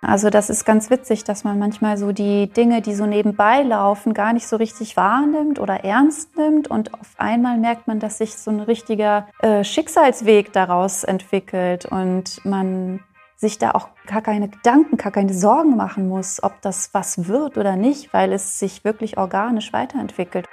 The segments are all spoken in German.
Also das ist ganz witzig, dass man manchmal so die Dinge, die so nebenbei laufen, gar nicht so richtig wahrnimmt oder ernst nimmt. Und auf einmal merkt man, dass sich so ein richtiger Schicksalsweg daraus entwickelt und man sich da auch gar keine Gedanken, gar keine Sorgen machen muss, ob das was wird oder nicht, weil es sich wirklich organisch weiterentwickelt.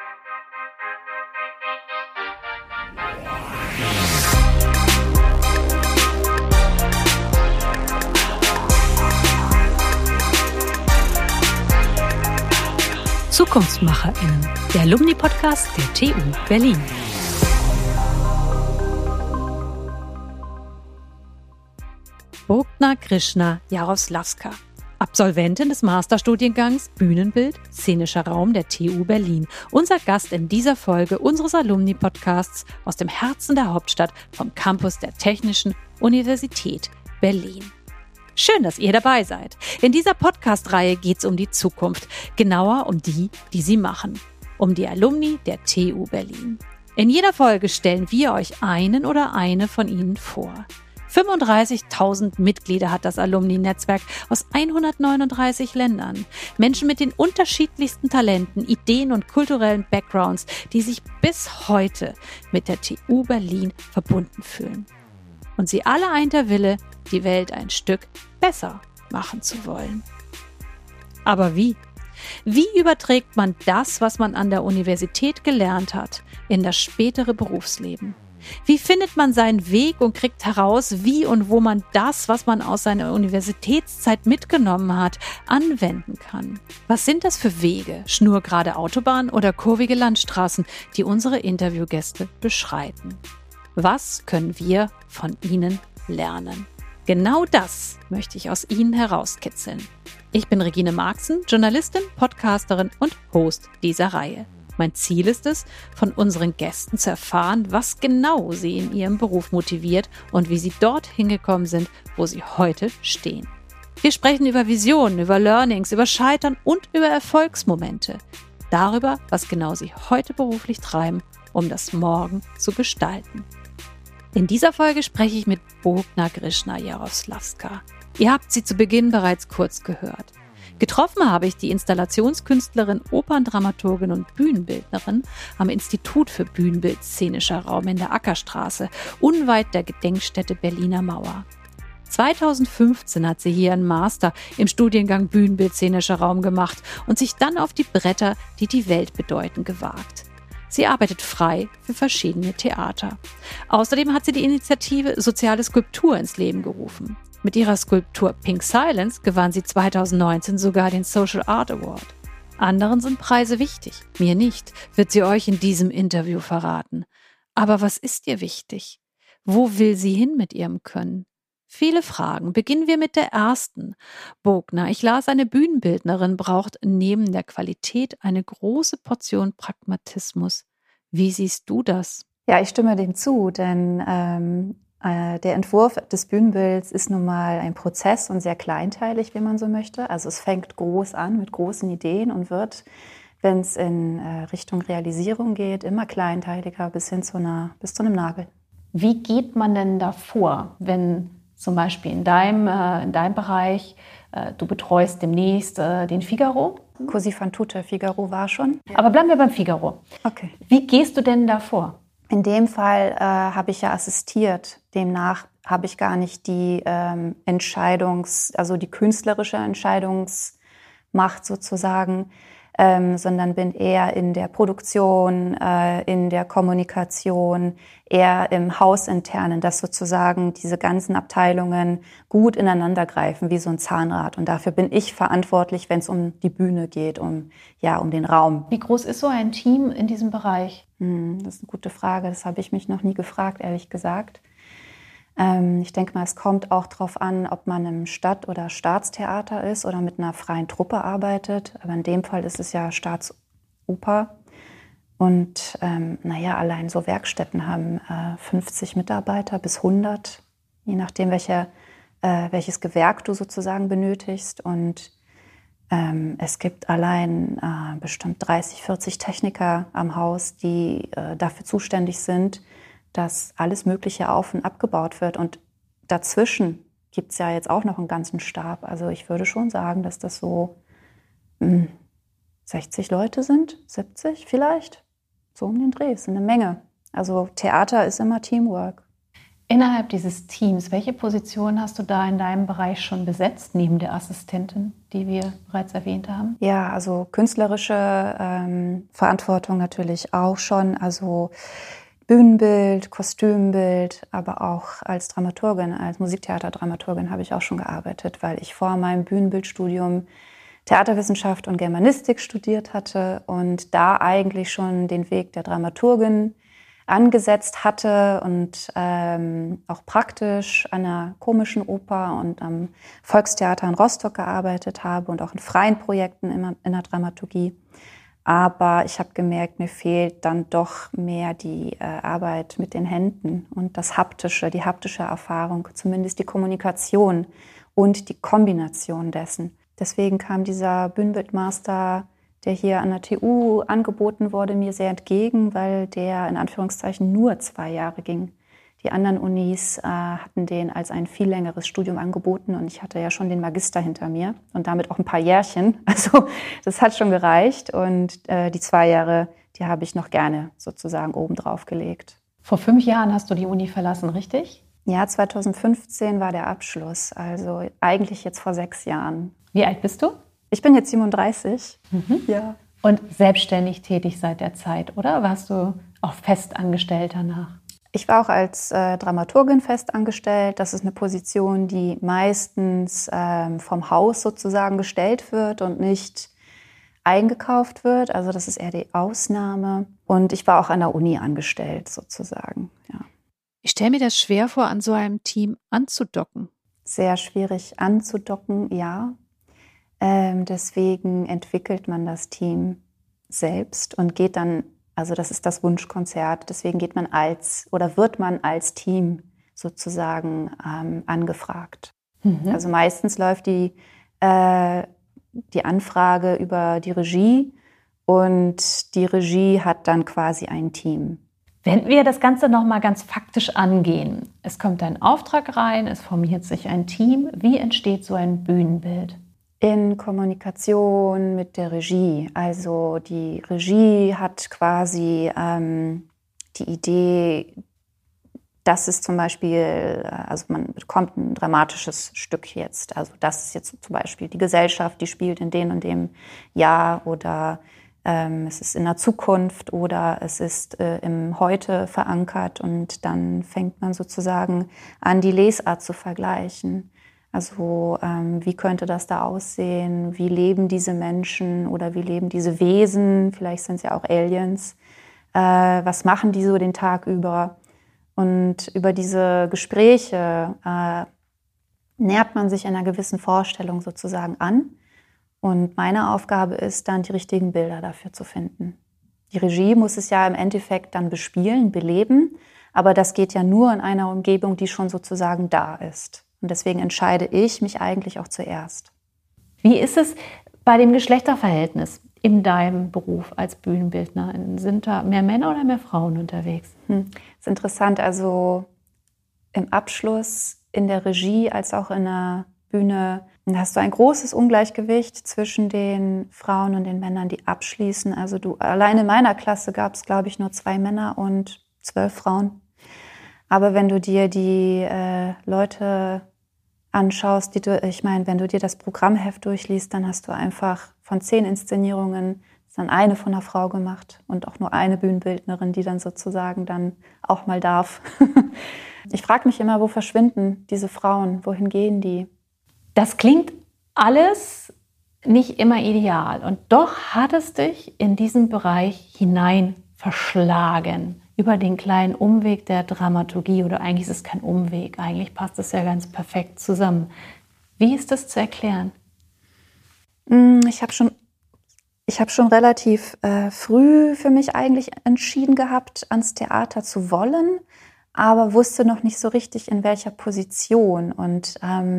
ZukunftsmacherInnen, der Alumni-Podcast der TU Berlin. Bogna Krishna Jaroslavska, Absolventin des Masterstudiengangs Bühnenbild, szenischer Raum der TU Berlin. Unser Gast in dieser Folge unseres Alumni-Podcasts aus dem Herzen der Hauptstadt vom Campus der Technischen Universität Berlin. Schön, dass ihr dabei seid. In dieser Podcast-Reihe geht es um die Zukunft, genauer um die sie machen, um die Alumni der TU Berlin. In jeder Folge stellen wir euch einen oder eine von ihnen vor. 35.000 Mitglieder hat das Alumni-Netzwerk aus 139 Ländern. Menschen mit den unterschiedlichsten Talenten, Ideen und kulturellen Backgrounds, die sich bis heute mit der TU Berlin verbunden fühlen. Und sie alle eint der Wille, die Welt ein Stück besser machen zu wollen. Aber wie? Wie überträgt man das, was man an der Universität gelernt hat, in das spätere Berufsleben? Wie findet man seinen Weg und kriegt heraus, wie und wo man das, was man aus seiner Universitätszeit mitgenommen hat, anwenden kann? Was sind das für Wege, schnurgerade Autobahnen oder kurvige Landstraßen, die unsere Interviewgäste beschreiten? Was können wir von ihnen lernen? Genau das möchte ich aus Ihnen herauskitzeln. Ich bin Regine Marxen, Journalistin, Podcasterin und Host dieser Reihe. Mein Ziel ist es, von unseren Gästen zu erfahren, was genau sie in ihrem Beruf motiviert und wie sie dorthin gekommen sind, wo sie heute stehen. Wir sprechen über Visionen, über Learnings, über Scheitern und über Erfolgsmomente. Darüber, was genau sie heute beruflich treiben, um das Morgen zu gestalten. In dieser Folge spreche ich mit Bogna Krishna Jaroslavska. Ihr habt sie zu Beginn bereits kurz gehört. Getroffen habe ich die Installationskünstlerin, Operndramaturgin und Bühnenbildnerin am Institut für Bühnenbild, szenischer Raum in der Ackerstraße, unweit der Gedenkstätte Berliner Mauer. 2015 hat sie hier einen Master im Studiengang Bühnenbild, szenischer Raum gemacht und sich dann auf die Bretter, die die Welt bedeuten, gewagt. Sie arbeitet frei für verschiedene Theater. Außerdem hat sie die Initiative Soziale Skulptur ins Leben gerufen. Mit ihrer Skulptur Pink Silence gewann sie 2019 sogar den Social Art Award. Anderen sind Preise wichtig, mir nicht, wird sie euch in diesem Interview verraten. Aber was ist ihr wichtig? Wo will sie hin mit ihrem Können? Viele Fragen. Beginnen wir mit der ersten. Bogna, ich las, eine Bühnenbildnerin braucht neben der Qualität eine große Portion Pragmatismus. Wie siehst du das? Ja, ich stimme dem zu, denn der Entwurf des Bühnenbilds ist nun mal ein Prozess und sehr kleinteilig, wie man so möchte. Also es fängt groß an mit großen Ideen und wird, wenn es in Richtung Realisierung geht, immer kleinteiliger bis hin zu einem Nagel. Wie geht man denn da vor, wenn zum Beispiel in deinem Bereich, du betreust demnächst den Figaro? Così fan tutte, Figaro war schon. Aber bleiben wir beim Figaro. Okay. Wie gehst du denn da vor? In dem Fall habe ich ja assistiert. Demnach habe ich gar nicht die die künstlerische Entscheidungsmacht sozusagen, sondern bin eher in der Produktion, in der Kommunikation, eher im Hausinternen, dass sozusagen diese ganzen Abteilungen gut ineinander greifen, wie so ein Zahnrad. Und dafür bin ich verantwortlich, wenn es um die Bühne geht, um den Raum. Wie groß ist so ein Team in diesem Bereich? Das ist eine gute Frage. Das habe ich mich noch nie gefragt, ehrlich gesagt. Ich denke mal, es kommt auch darauf an, ob man im Stadt- oder Staatstheater ist oder mit einer freien Truppe arbeitet. Aber in dem Fall ist es ja Staatsoper. Und allein so Werkstätten haben 50 Mitarbeiter bis 100, je nachdem, welches Gewerk du sozusagen benötigst. Und es gibt allein bestimmt 30, 40 Techniker am Haus, die dafür zuständig sind, dass alles Mögliche auf- und abgebaut wird. Und dazwischen gibt es ja jetzt auch noch einen ganzen Stab. Also ich würde schon sagen, dass das so 60 Leute sind, 70 vielleicht, so um den Dreh, ist eine Menge. Also Theater ist immer Teamwork. Innerhalb dieses Teams, welche Position hast du da in deinem Bereich schon besetzt, neben der Assistentin, die wir bereits erwähnt haben? Ja, also künstlerische Verantwortung natürlich auch schon, also Bühnenbild, Kostümbild, aber auch als Dramaturgin, als Musiktheaterdramaturgin habe ich auch schon gearbeitet, weil ich vor meinem Bühnenbildstudium Theaterwissenschaft und Germanistik studiert hatte und da eigentlich schon den Weg der Dramaturgin angesetzt hatte und auch praktisch an einer komischen Oper und am Volkstheater in Rostock gearbeitet habe und auch in freien Projekten in der Dramaturgie. Aber ich habe gemerkt, mir fehlt dann doch mehr die Arbeit mit den Händen und das Haptische, die haptische Erfahrung, zumindest die Kommunikation und die Kombination dessen. Deswegen kam dieser Bühnenbildmaster, der hier an der TU angeboten wurde, mir sehr entgegen, weil der in Anführungszeichen nur 2 Jahre ging. Die anderen Unis hatten den als ein viel längeres Studium angeboten und ich hatte ja schon den Magister hinter mir und damit auch ein paar Jährchen. Also das hat schon gereicht und die 2 Jahre, die habe ich noch gerne sozusagen obendrauf gelegt. Vor 5 Jahren hast du die Uni verlassen, richtig? Ja, 2015 war der Abschluss, also eigentlich jetzt vor 6 Jahren. Wie alt bist du? Ich bin jetzt 37. Ja. Und selbstständig tätig seit der Zeit, oder? Warst du auch festangestellt danach? Ich war auch als Dramaturgin festangestellt. Das ist eine Position, die meistens vom Haus sozusagen gestellt wird und nicht eingekauft wird. Also das ist eher die Ausnahme. Und ich war auch an der Uni angestellt sozusagen. Ja. Ich stelle mir das schwer vor, an so einem Team anzudocken. Sehr schwierig anzudocken, ja. Deswegen entwickelt man das Team selbst und geht dann, also das ist das Wunschkonzert, deswegen geht man wird man als Team sozusagen angefragt. Also meistens läuft die Anfrage über die Regie und die Regie hat dann quasi ein Team. Wenn wir das Ganze nochmal ganz faktisch angehen, es kommt ein Auftrag rein, es formiert sich ein Team, wie entsteht so ein Bühnenbild? In Kommunikation mit der Regie. Also die Regie hat quasi die Idee, dass es zum Beispiel, also man bekommt ein dramatisches Stück jetzt. Also das ist jetzt zum Beispiel die Gesellschaft, die spielt in dem und dem Jahr oder es ist in der Zukunft oder es ist im Heute verankert und dann fängt man sozusagen an, die Lesart zu vergleichen. Also wie könnte das da aussehen? Wie leben diese Menschen oder wie leben diese Wesen? Vielleicht sind es ja auch Aliens. Was machen die so den Tag über? Und über diese Gespräche nähert man sich einer gewissen Vorstellung sozusagen an. Und meine Aufgabe ist dann, die richtigen Bilder dafür zu finden. Die Regie muss es ja im Endeffekt dann bespielen, beleben. Aber das geht ja nur in einer Umgebung, die schon sozusagen da ist. Und deswegen entscheide ich mich eigentlich auch zuerst. Wie ist es bei dem Geschlechterverhältnis in deinem Beruf als Bühnenbildnerin? Sind da mehr Männer oder mehr Frauen unterwegs? Das ist interessant. Also im Abschluss, in der Regie als auch in der Bühne, hast du ein großes Ungleichgewicht zwischen den Frauen und den Männern, die abschließen. Also allein in meiner Klasse gab es, glaube ich, nur 2 Männer und 12 Frauen. Aber wenn du dir die Leute anschaust, wenn du dir das Programmheft durchliest, dann hast du einfach von 10 Inszenierungen ist dann eine von einer Frau gemacht und auch nur eine Bühnenbildnerin, die dann sozusagen dann auch mal darf. Ich frage mich immer, wo verschwinden diese Frauen? Wohin gehen die? Das klingt alles nicht immer ideal und doch hat es dich in diesen Bereich hinein verschlagen. Über den kleinen Umweg der Dramaturgie, oder eigentlich ist es kein Umweg, eigentlich passt es ja ganz perfekt zusammen. Wie ist das zu erklären? Ich habe schon relativ früh für mich eigentlich entschieden gehabt, ans Theater zu wollen, aber wusste noch nicht so richtig, in welcher Position. Und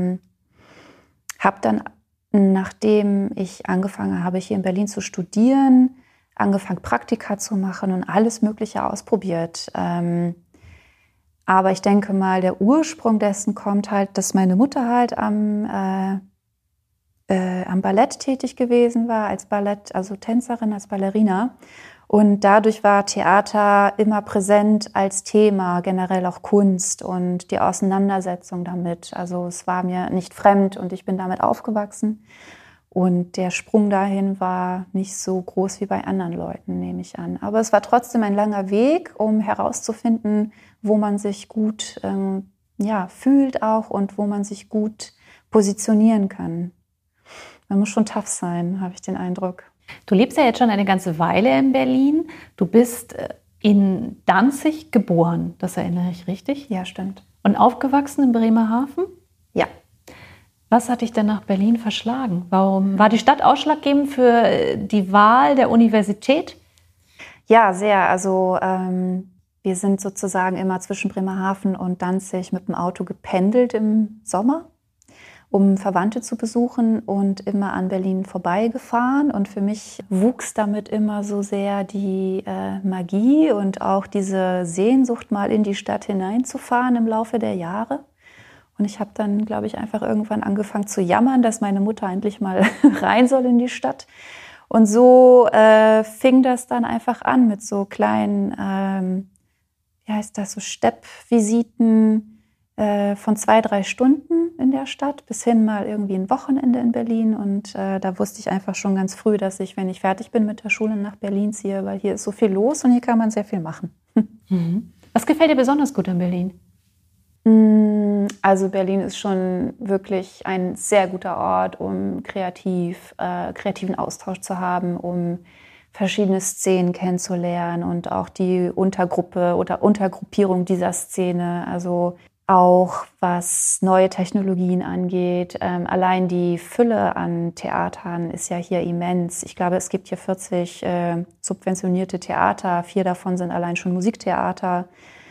habe dann, nachdem ich angefangen habe, hier in Berlin zu studieren, angefangen, Praktika zu machen und alles Mögliche ausprobiert. Aber ich denke mal, der Ursprung dessen kommt halt, dass meine Mutter halt am Ballett tätig gewesen war, als Ballett, also Tänzerin, als Ballerina. Und dadurch war Theater immer präsent als Thema, generell auch Kunst und die Auseinandersetzung damit. Also es war mir nicht fremd und ich bin damit aufgewachsen. Und der Sprung dahin war nicht so groß wie bei anderen Leuten, nehme ich an. Aber es war trotzdem ein langer Weg, um herauszufinden, wo man sich gut fühlt auch und wo man sich gut positionieren kann. Man muss schon tough sein, habe ich den Eindruck. Du lebst ja jetzt schon eine ganze Weile in Berlin. Du bist in Danzig geboren, das erinnere ich richtig? Ja, stimmt. Und aufgewachsen in Bremerhaven? Ja. Was hat dich denn nach Berlin verschlagen? Warum war die Stadt ausschlaggebend für die Wahl der Universität? Ja, sehr. Also wir sind sozusagen immer zwischen Bremerhaven und Danzig mit dem Auto gependelt im Sommer, um Verwandte zu besuchen und immer an Berlin vorbeigefahren. Und für mich wuchs damit immer so sehr die Magie und auch diese Sehnsucht, mal in die Stadt hineinzufahren im Laufe der Jahre. Und ich habe dann, glaube ich, einfach irgendwann angefangen zu jammern, dass meine Mutter endlich mal rein soll in die Stadt. Und so fing das dann einfach an mit so kleinen, so Steppvisiten von 2-3 Stunden in der Stadt, bis hin mal irgendwie ein Wochenende in Berlin. Und da wusste ich einfach schon ganz früh, dass ich, wenn ich fertig bin mit der Schule, nach Berlin ziehe, weil hier ist so viel los und hier kann man sehr viel machen. Was gefällt dir besonders gut an Berlin? Also Berlin ist schon wirklich ein sehr guter Ort, um kreativen Austausch zu haben, um verschiedene Szenen kennenzulernen und auch die Untergruppe oder Untergruppierung dieser Szene. Also auch was neue Technologien angeht. Allein die Fülle an Theatern ist ja hier immens. Ich glaube, es gibt hier 40 subventionierte Theater. 4 davon sind allein schon Musiktheater.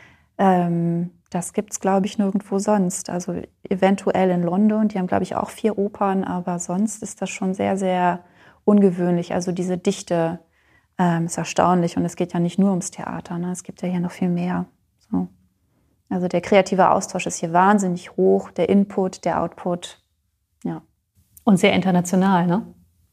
Das gibt es, glaube ich, nirgendwo sonst. Also eventuell in London, die haben, glaube ich, auch 4 Opern, aber sonst ist das schon sehr, sehr ungewöhnlich. Also diese Dichte ist erstaunlich und es geht ja nicht nur ums Theater, ne? Es gibt ja hier noch viel mehr. So. Also der kreative Austausch ist hier wahnsinnig hoch, der Input, der Output, ja. Und sehr international, ne?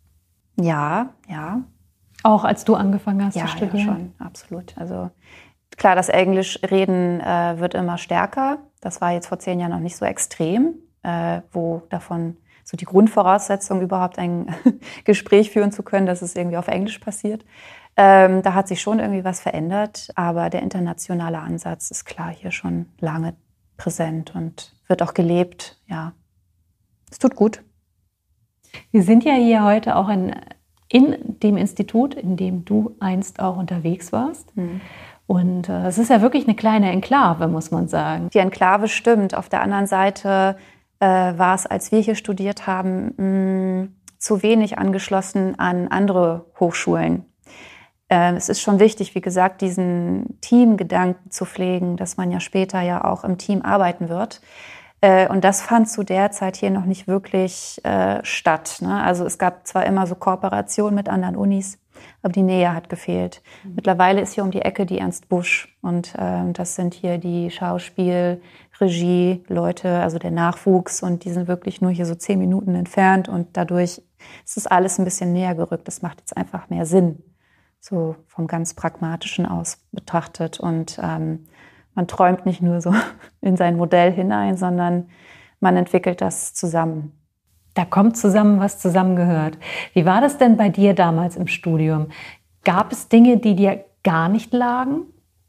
Ja, ja. Auch als du angefangen hast zu studieren? Ja, schon, absolut. Also klar, das Englischreden wird immer stärker. Das war jetzt vor 10 Jahren noch nicht so extrem, wo davon so die Grundvoraussetzung, überhaupt ein Gespräch führen zu können, dass es irgendwie auf Englisch passiert. Da hat sich schon irgendwie was verändert, aber der internationale Ansatz ist klar hier schon lange präsent und wird auch gelebt. Ja, es tut gut. Wir sind ja hier heute auch in dem Institut, in dem du einst auch unterwegs warst. Und es ist ja wirklich eine kleine Enklave, muss man sagen. Die Enklave stimmt. Auf der anderen Seite war es, als wir hier studiert haben, zu wenig angeschlossen an andere Hochschulen. Es ist schon wichtig, wie gesagt, diesen Teamgedanken zu pflegen, dass man ja später ja auch im Team arbeiten wird. Und das fand zu der Zeit hier noch nicht wirklich statt, ne? Also es gab zwar immer so Kooperationen mit anderen Unis, aber die Nähe hat gefehlt. Mittlerweile ist hier um die Ecke die Ernst Busch und das sind hier die Schauspiel-, Regie-Leute, also der Nachwuchs, und die sind wirklich nur hier so 10 Minuten entfernt und dadurch ist das alles ein bisschen näher gerückt. Das macht jetzt einfach mehr Sinn, so vom ganz Pragmatischen aus betrachtet, und man träumt nicht nur so in sein Modell hinein, sondern man entwickelt das zusammen. Da kommt zusammen, was zusammengehört. Wie war das denn bei dir damals im Studium? Gab es Dinge, die dir gar nicht lagen?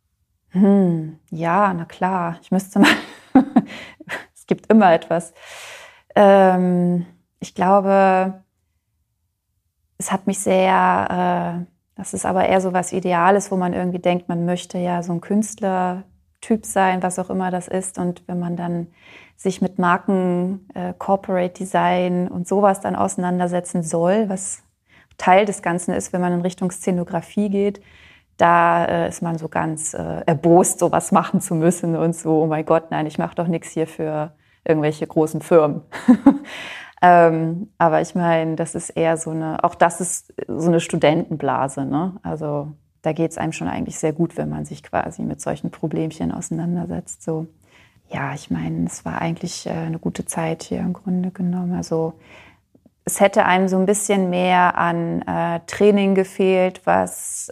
Ja, na klar. Ich müsste mal. Es gibt immer etwas. Ich glaube, es hat mich sehr. Das ist aber eher so was Ideales, wo man irgendwie denkt, man möchte ja so ein Künstlertyp sein, was auch immer das ist. Und wenn man dann sich mit Marken, Corporate Design und sowas dann auseinandersetzen soll, was Teil des Ganzen ist, wenn man in Richtung Szenografie geht, da ist man so ganz erbost, sowas machen zu müssen und so, oh mein Gott, nein, ich mache doch nichts hier für irgendwelche großen Firmen. Aber ich meine, das ist eher so eine, auch das ist so eine Studentenblase, ne? Also da geht es einem schon eigentlich sehr gut, wenn man sich quasi mit solchen Problemchen auseinandersetzt. So. Ja, ich meine, es war eigentlich eine gute Zeit hier im Grunde genommen. Also es hätte einem so ein bisschen mehr an Training gefehlt, was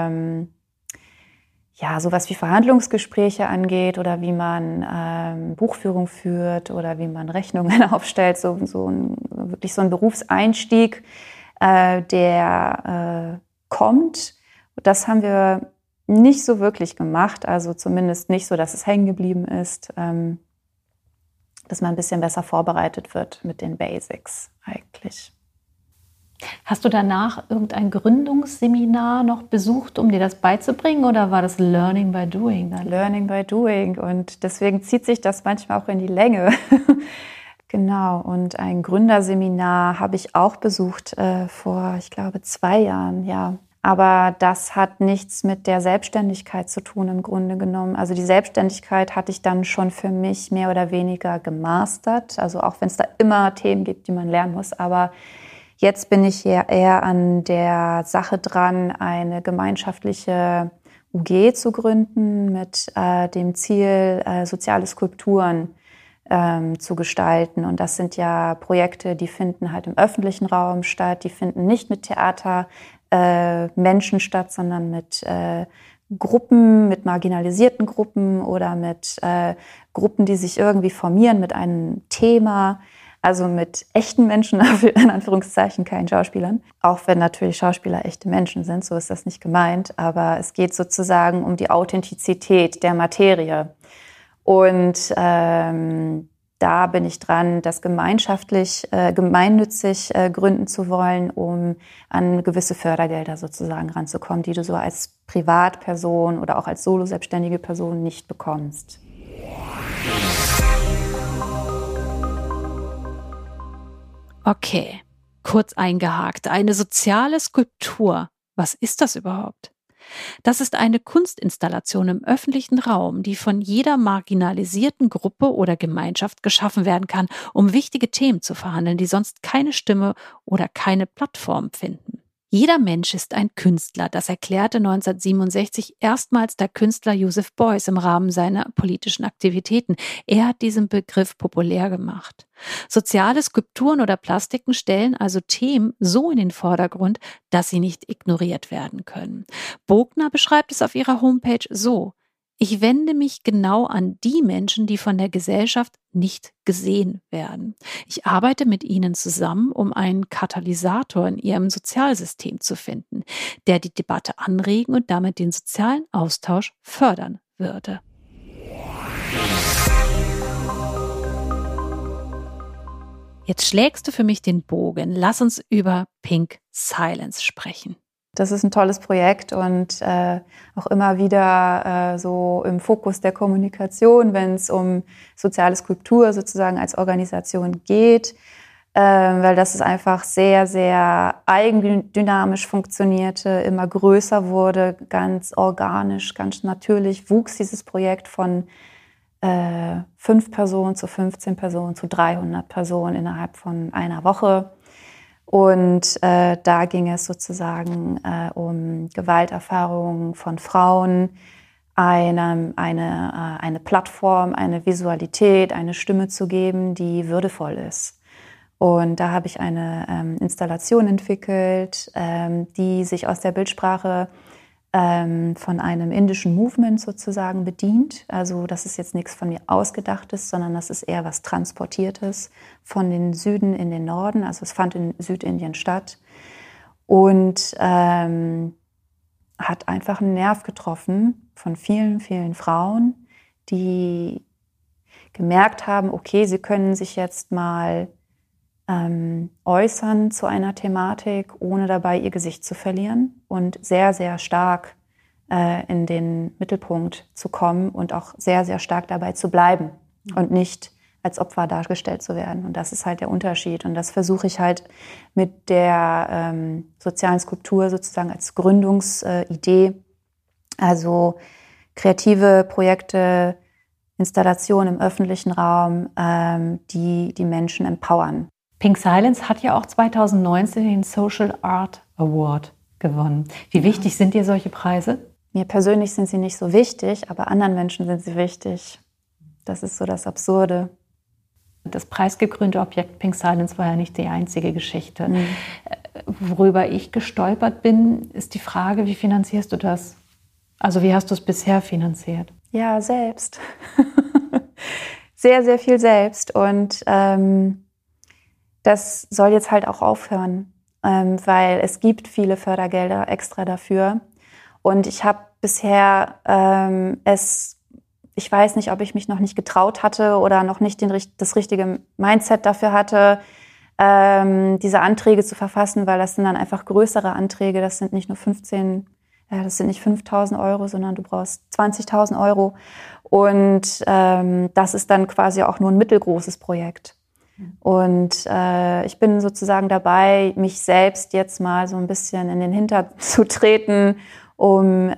sowas wie Verhandlungsgespräche angeht oder wie man Buchführung führt oder wie man Rechnungen aufstellt. Wirklich so ein Berufseinstieg, der kommt. Das haben wir nicht so wirklich gemacht, also zumindest nicht so, dass es hängen geblieben ist, dass man ein bisschen besser vorbereitet wird mit den Basics eigentlich. Hast du danach irgendein Gründungsseminar noch besucht, um dir das beizubringen, oder war das Learning by Doing dann? Learning by Doing, und deswegen zieht sich das manchmal auch in die Länge. Genau, und ein Gründerseminar habe ich auch besucht vor, ich glaube, 2 Jahren, ja. Aber das hat nichts mit der Selbstständigkeit zu tun im Grunde genommen. Also die Selbstständigkeit hatte ich dann schon für mich mehr oder weniger gemastert. Also auch wenn es da immer Themen gibt, die man lernen muss. Aber jetzt bin ich hier eher an der Sache dran, eine gemeinschaftliche UG zu gründen mit dem Ziel, soziale Skulpturen zu gestalten. Und das sind ja Projekte, die finden halt im öffentlichen Raum statt. Die finden nicht mit Menschen statt, sondern mit Gruppen, mit marginalisierten Gruppen oder mit Gruppen, die sich irgendwie formieren mit einem Thema. Also mit echten Menschen, in Anführungszeichen, keinen Schauspielern. Auch wenn natürlich Schauspieler echte Menschen sind, so ist das nicht gemeint. Aber es geht sozusagen um die Authentizität der Materie. Und da bin ich dran, das gemeinschaftlich, gemeinnützig gründen zu wollen, um an gewisse Fördergelder sozusagen ranzukommen, die du so als Privatperson oder auch als solo-selbstständige Person nicht bekommst. Okay, kurz eingehakt. Eine soziale Skulptur. Was ist das überhaupt? Das ist eine Kunstinstallation im öffentlichen Raum, die von jeder marginalisierten Gruppe oder Gemeinschaft geschaffen werden kann, um wichtige Themen zu verhandeln, die sonst keine Stimme oder keine Plattform finden. Jeder Mensch ist ein Künstler, das erklärte 1967 erstmals der Künstler Joseph Beuys im Rahmen seiner politischen Aktivitäten. Er hat diesen Begriff populär gemacht. Soziale Skulpturen oder Plastiken stellen also Themen so in den Vordergrund, dass sie nicht ignoriert werden können. Bogner beschreibt es auf ihrer Homepage so: Ich wende mich genau an die Menschen, die von der Gesellschaft nicht gesehen werden. Ich arbeite mit ihnen zusammen, um einen Katalysator in ihrem Sozialsystem zu finden, der die Debatte anregen und damit den sozialen Austausch fördern würde. Jetzt schlägst du für mich den Bogen. Lass uns über Pink Silence sprechen. Das ist ein tolles Projekt und auch immer wieder so im Fokus der Kommunikation, wenn es um soziale Skulptur sozusagen als Organisation geht, weil das ist einfach sehr, sehr eigendynamisch funktionierte, immer größer wurde, ganz organisch, ganz natürlich wuchs dieses Projekt von 5 Personen zu 15 Personen zu 300 Personen innerhalb von einer Woche. Und da ging es sozusagen um Gewalterfahrungen von Frauen, eine Plattform, eine Visualität, eine Stimme zu geben, die würdevoll ist. Und da habe ich eine Installation entwickelt, die sich aus der Bildsprache von einem indischen Movement sozusagen bedient. Also das ist jetzt nichts von mir Ausgedachtes, sondern das ist eher was Transportiertes von den Süden in den Norden. Also es fand in Südindien statt und hat einfach einen Nerv getroffen von vielen, vielen Frauen, die gemerkt haben, okay, sie können sich jetzt mal äußern zu einer Thematik, ohne dabei ihr Gesicht zu verlieren und sehr, sehr stark in den Mittelpunkt zu kommen und auch sehr, sehr stark dabei zu bleiben und nicht als Opfer dargestellt zu werden. Und das ist halt der Unterschied. Und das versuche ich halt mit der sozialen Skulptur sozusagen als Gründungsidee, also kreative Projekte, Installationen im öffentlichen Raum, die die Menschen empowern. Pink Silence hat ja auch 2019 den Social Art Award gewonnen. Wie wichtig sind dir solche Preise? Mir persönlich sind sie nicht so wichtig, aber anderen Menschen sind sie wichtig. Das ist so das Absurde. Das preisgekrönte Objekt Pink Silence war ja nicht die einzige Geschichte. Worüber ich gestolpert bin, ist die Frage, wie finanzierst du das? Also wie hast du es bisher finanziert? Ja, selbst. Sehr, sehr viel selbst. Und das soll jetzt halt auch aufhören, weil es gibt viele Fördergelder extra dafür. Und ich habe bisher ich weiß nicht, ob ich mich noch nicht getraut hatte oder noch nicht das richtige Mindset dafür hatte, diese Anträge zu verfassen, weil das sind dann einfach größere Anträge. Das sind nicht nur 5.000 Euro, sondern du brauchst 20.000 Euro. Und das ist dann quasi auch nur ein mittelgroßes Projekt. Und ich bin sozusagen dabei, mich selbst jetzt mal so ein bisschen in den Hintern zu treten, um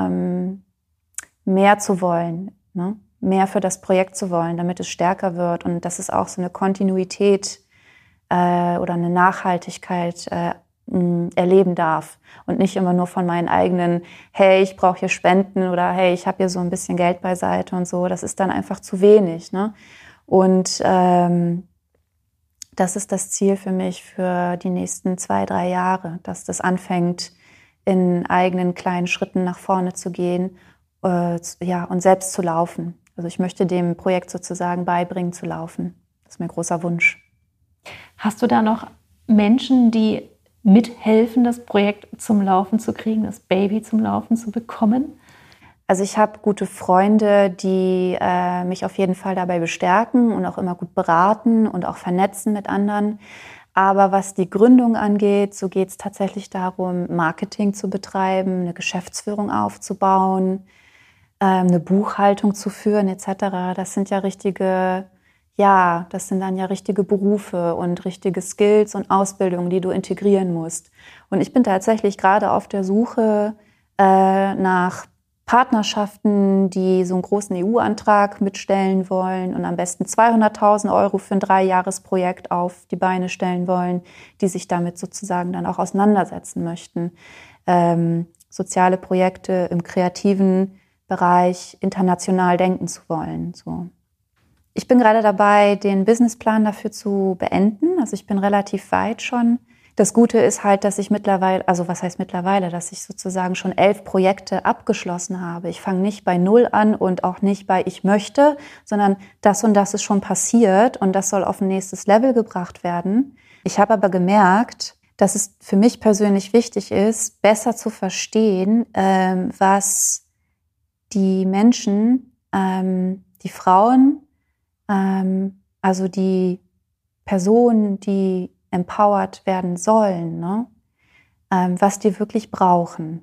mehr zu wollen, ne? Mehr für das Projekt zu wollen, damit es stärker wird und dass es auch so eine Kontinuität oder eine Nachhaltigkeit erleben darf und nicht immer nur von meinen eigenen, hey, ich brauche hier Spenden oder hey, ich habe hier so ein bisschen Geld beiseite und so. Das ist dann einfach zu wenig, ne? Und das ist das Ziel für mich für die nächsten 2-3 Jahre, dass das anfängt, in eigenen kleinen Schritten nach vorne zu gehen, und selbst zu laufen. Also ich möchte dem Projekt sozusagen beibringen zu laufen. Das ist mein großer Wunsch. Hast du da noch Menschen, die mithelfen, das Projekt zum Laufen zu kriegen, das Baby zum Laufen zu bekommen? Also ich habe gute Freunde, die mich auf jeden Fall dabei bestärken und auch immer gut beraten und auch vernetzen mit anderen. Aber was die Gründung angeht, so geht es tatsächlich darum, Marketing zu betreiben, eine Geschäftsführung aufzubauen, eine Buchhaltung zu führen etc. Das sind dann ja richtige Berufe und richtige Skills und Ausbildungen, die du integrieren musst. Und ich bin tatsächlich gerade auf der Suche nach Partnerschaften, die so einen großen EU-Antrag mitstellen wollen und am besten 200.000 Euro für ein 3-Jahres-Projekt auf die Beine stellen wollen, die sich damit sozusagen dann auch auseinandersetzen möchten. Soziale Projekte im kreativen Bereich international denken zu wollen. So. Ich bin gerade dabei, den Businessplan dafür zu beenden. Also ich bin relativ weit schon. Das Gute ist halt, dass ich dass ich sozusagen schon 11 Projekte abgeschlossen habe. Ich fange nicht bei 0 an und auch nicht bei ich möchte, sondern das und das ist schon passiert und das soll auf ein nächstes Level gebracht werden. Ich habe aber gemerkt, dass es für mich persönlich wichtig ist, besser zu verstehen, was die Menschen, die Frauen, also die Personen, die empowered werden sollen, ne? Was die wirklich brauchen.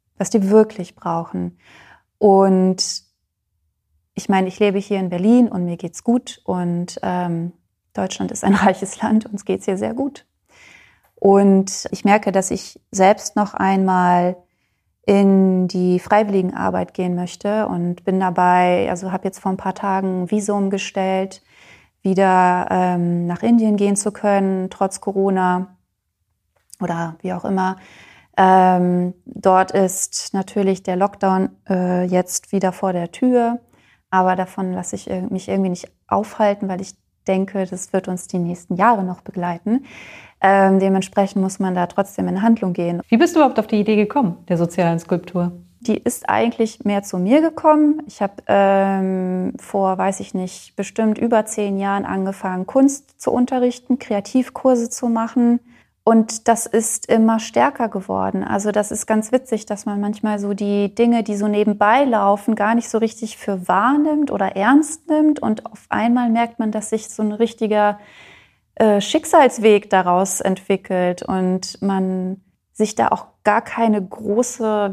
Und ich meine, ich lebe hier in Berlin und mir geht's gut und Deutschland ist ein reiches Land, uns geht's hier sehr gut. Und ich merke, dass ich selbst noch einmal in die Freiwilligenarbeit gehen möchte und bin dabei, also habe jetzt vor ein paar Tagen ein Visum gestellt, wieder nach Indien gehen zu können, trotz Corona oder wie auch immer. Dort ist natürlich der Lockdown jetzt wieder vor der Tür, aber davon lasse ich mich irgendwie nicht aufhalten, weil ich denke, das wird uns die nächsten Jahre noch begleiten. Dementsprechend muss man da trotzdem in Handlung gehen. Wie bist du überhaupt auf die Idee gekommen, der sozialen Skulptur? Die ist eigentlich mehr zu mir gekommen. Ich habe vor, bestimmt über 10 Jahren angefangen, Kunst zu unterrichten, Kreativkurse zu machen. Und das ist immer stärker geworden. Also das ist ganz witzig, dass man manchmal so die Dinge, die so nebenbei laufen, gar nicht so richtig für wahrnimmt oder ernst nimmt. Und auf einmal merkt man, dass sich so ein richtiger Schicksalsweg daraus entwickelt und man sich da auch gar keine große,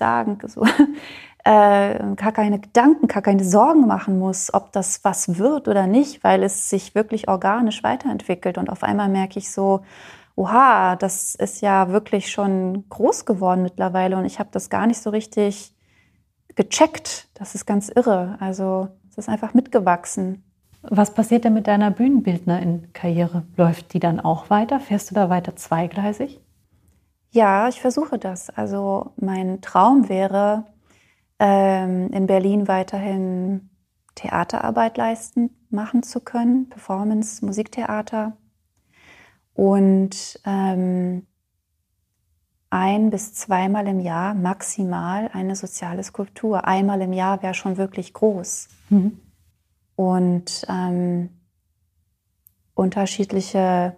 gar keine Gedanken, gar keine Sorgen machen muss, ob das was wird oder nicht, weil es sich wirklich organisch weiterentwickelt. Und auf einmal merke ich so, oha, das ist ja wirklich schon groß geworden mittlerweile und ich habe das gar nicht so richtig gecheckt. Das ist ganz irre. Also es ist einfach mitgewachsen. Was passiert denn mit deiner Bühnenbildnerin-Karriere? Läuft die dann auch weiter? Fährst du da weiter zweigleisig? Ja, ich versuche das. Also mein Traum wäre, in Berlin weiterhin Theaterarbeit machen zu können, Performance, Musiktheater. Und 1- bis zweimal im Jahr maximal eine soziale Skulptur. Einmal im Jahr wäre schon wirklich groß. Mhm. Und unterschiedliche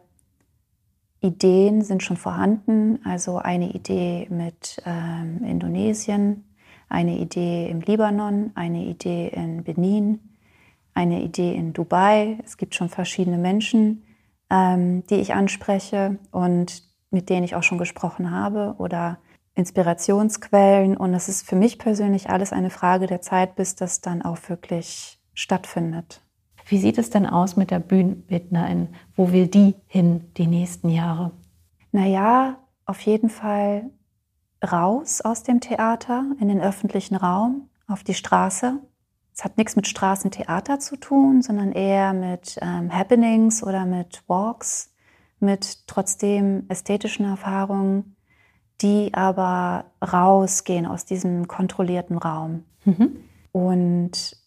Ideen sind schon vorhanden. Also eine Idee mit Indonesien, eine Idee im Libanon, eine Idee in Benin, eine Idee in Dubai. Es gibt schon verschiedene Menschen, die ich anspreche und mit denen ich auch schon gesprochen habe oder Inspirationsquellen. Und es ist für mich persönlich alles eine Frage der Zeit, bis das dann auch wirklich stattfindet. Wie sieht es denn aus mit der Bühnenbildnerin? Wo will die hin die nächsten Jahre? Naja, auf jeden Fall raus aus dem Theater, in den öffentlichen Raum, auf die Straße. Es hat nichts mit Straßentheater zu tun, sondern eher mit Happenings oder mit Walks, mit trotzdem ästhetischen Erfahrungen, die aber rausgehen aus diesem kontrollierten Raum. Mhm. Und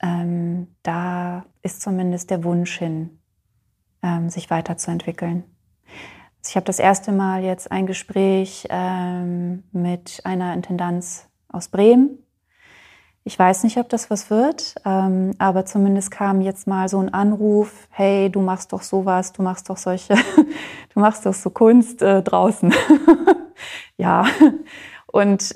da ist zumindest der Wunsch hin, sich weiterzuentwickeln. Ich habe das erste Mal jetzt ein Gespräch mit einer Intendanz aus Bremen. Ich weiß nicht, ob das was wird, aber zumindest kam jetzt mal so ein Anruf, hey, du machst doch sowas, du machst doch du machst doch so Kunst draußen. Ja, und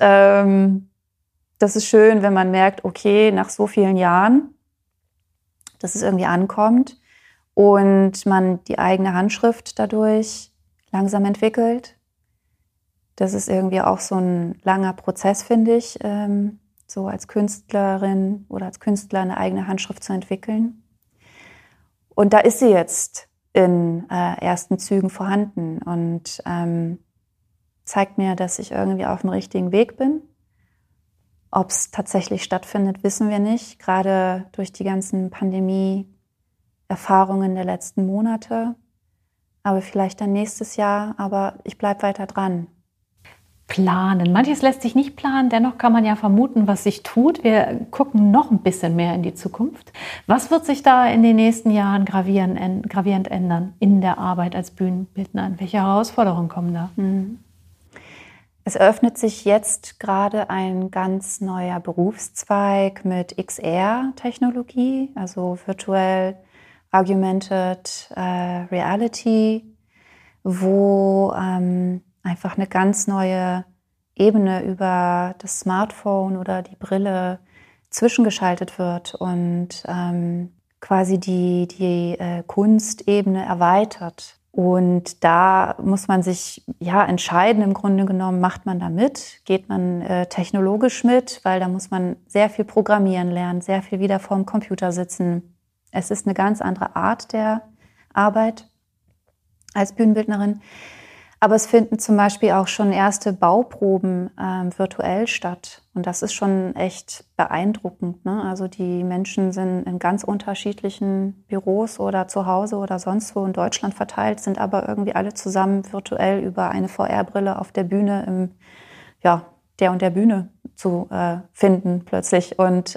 das ist schön, wenn man merkt, okay, nach so vielen Jahren, dass es irgendwie ankommt und man die eigene Handschrift dadurch langsam entwickelt. Das ist irgendwie auch so ein langer Prozess, finde ich, so als Künstlerin oder als Künstler eine eigene Handschrift zu entwickeln. Und da ist sie jetzt in ersten Zügen vorhanden und zeigt mir, dass ich irgendwie auf dem richtigen Weg bin. Ob es tatsächlich stattfindet, wissen wir nicht. Gerade durch die ganzen Pandemie-Erfahrungen der letzten Monate. Aber vielleicht dann nächstes Jahr. Aber ich bleibe weiter dran. Planen. Manches lässt sich nicht planen. Dennoch kann man ja vermuten, was sich tut. Wir gucken noch ein bisschen mehr in die Zukunft. Was wird sich da in den nächsten Jahren gravierend ändern in der Arbeit als Bühnenbildnerin? Welche Herausforderungen kommen da? Es eröffnet sich jetzt gerade ein ganz neuer Berufszweig mit XR-Technologie, also Virtual Augmented Reality, wo einfach eine ganz neue Ebene über das Smartphone oder die Brille zwischengeschaltet wird und quasi die Kunstebene erweitert. Und da muss man sich entscheiden, im Grunde genommen, macht man da mit, geht man technologisch mit, weil da muss man sehr viel programmieren lernen, sehr viel wieder vorm Computer sitzen. Es ist eine ganz andere Art der Arbeit als Bühnenbildnerin. Aber es finden zum Beispiel auch schon erste Bauproben virtuell statt. Und das ist schon echt beeindruckend, ne? Also die Menschen sind in ganz unterschiedlichen Büros oder zu Hause oder sonst wo in Deutschland verteilt, sind aber irgendwie alle zusammen virtuell über eine VR-Brille auf der Bühne der und der Bühne zu finden plötzlich und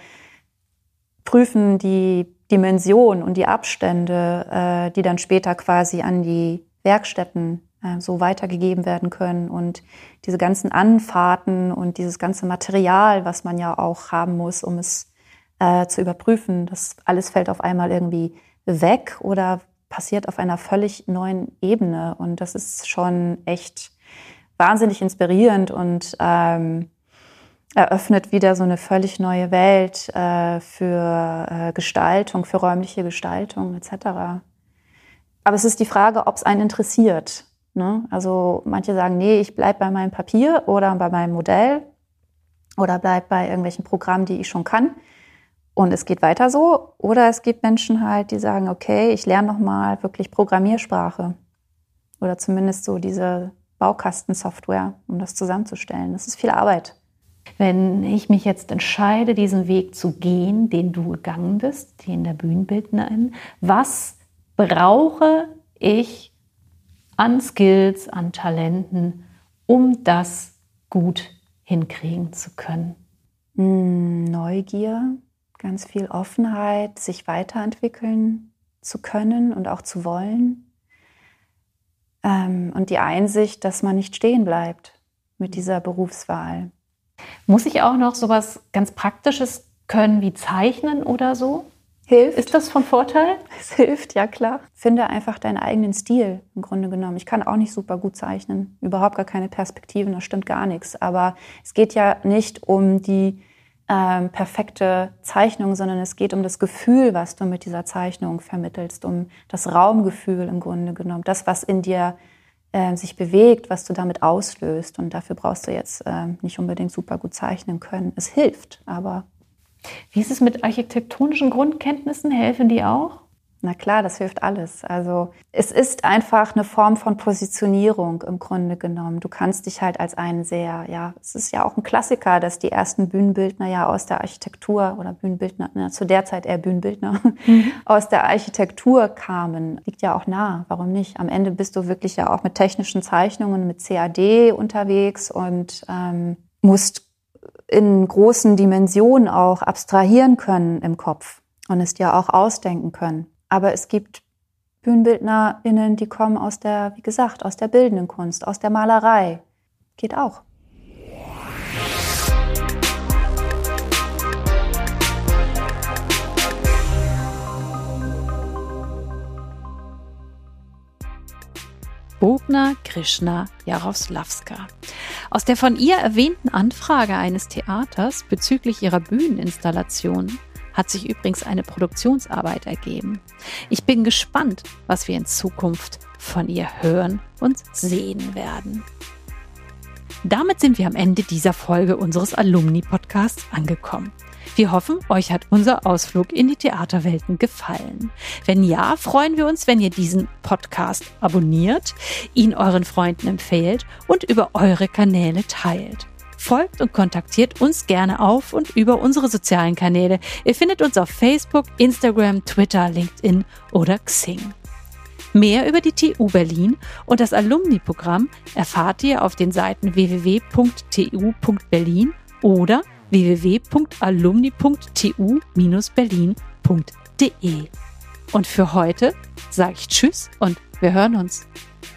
prüfen die Dimension und die Abstände, die dann später quasi an die Werkstätten so weitergegeben werden können und diese ganzen Anfahrten und dieses ganze Material, was man ja auch haben muss, um es zu überprüfen, das alles fällt auf einmal irgendwie weg oder passiert auf einer völlig neuen Ebene und das ist schon echt wahnsinnig inspirierend und eröffnet wieder so eine völlig neue Welt für Gestaltung, für räumliche Gestaltung etc. Aber es ist die Frage, ob es einen interessiert. Ne? Also manche sagen, nee, ich bleibe bei meinem Papier oder bei meinem Modell oder bleibe bei irgendwelchen Programmen, die ich schon kann. Und es geht weiter so. Oder es gibt Menschen halt, die sagen, okay, ich lerne nochmal wirklich Programmiersprache oder zumindest so diese Baukastensoftware, um das zusammenzustellen. Das ist viel Arbeit. Wenn ich mich jetzt entscheide, diesen Weg zu gehen, den du gegangen bist, den der Bühnenbildnerin, was brauche ich an Skills, an Talenten, um das gut hinkriegen zu können? Neugier, ganz viel Offenheit, sich weiterentwickeln zu können und auch zu wollen. Und die Einsicht, dass man nicht stehen bleibt mit dieser Berufswahl. Muss ich auch noch sowas ganz Praktisches können wie Zeichnen oder so? Hilft. Ist das von Vorteil? Es hilft, ja klar. Finde einfach deinen eigenen Stil im Grunde genommen. Ich kann auch nicht super gut zeichnen, überhaupt gar keine Perspektiven, das stimmt gar nichts. Aber es geht ja nicht um die perfekte Zeichnung, sondern es geht um das Gefühl, was du mit dieser Zeichnung vermittelst, um das Raumgefühl im Grunde genommen, das, was in dir sich bewegt, was du damit auslöst. Und dafür brauchst du jetzt nicht unbedingt super gut zeichnen können. Es hilft, aber... Wie ist es mit architektonischen Grundkenntnissen? Helfen die auch? Na klar, das hilft alles. Also es ist einfach eine Form von Positionierung im Grunde genommen. Du kannst dich halt als einen es ist ja auch ein Klassiker, dass die ersten Bühnenbildner ja aus der Architektur oder Bühnenbildner, zu der Zeit eher Bühnenbildner, aus der Architektur kamen. Liegt ja auch nah, warum nicht? Am Ende bist du wirklich ja auch mit technischen Zeichnungen, mit CAD unterwegs und musst in großen Dimensionen auch abstrahieren können im Kopf und es dir auch ausdenken können. Aber es gibt BühnenbildnerInnen, die kommen aus der bildenden Kunst, aus der Malerei. Geht auch. Bogna Krishna Jarosławska. Aus der von ihr erwähnten Anfrage eines Theaters bezüglich ihrer Bühneninstallation hat sich übrigens eine Produktionsarbeit ergeben. Ich bin gespannt, was wir in Zukunft von ihr hören und sehen werden. Damit sind wir am Ende dieser Folge unseres Alumni-Podcasts angekommen. Wir hoffen, euch hat unser Ausflug in die Theaterwelten gefallen. Wenn ja, freuen wir uns, wenn ihr diesen Podcast abonniert, ihn euren Freunden empfehlt und über eure Kanäle teilt. Folgt und kontaktiert uns gerne auf und über unsere sozialen Kanäle. Ihr findet uns auf Facebook, Instagram, Twitter, LinkedIn oder Xing. Mehr über die TU Berlin und das Alumni-Programm erfahrt ihr auf den Seiten www.tu.berlin oder www.alumni.tu-berlin.de. Und für heute sage ich Tschüss und wir hören uns.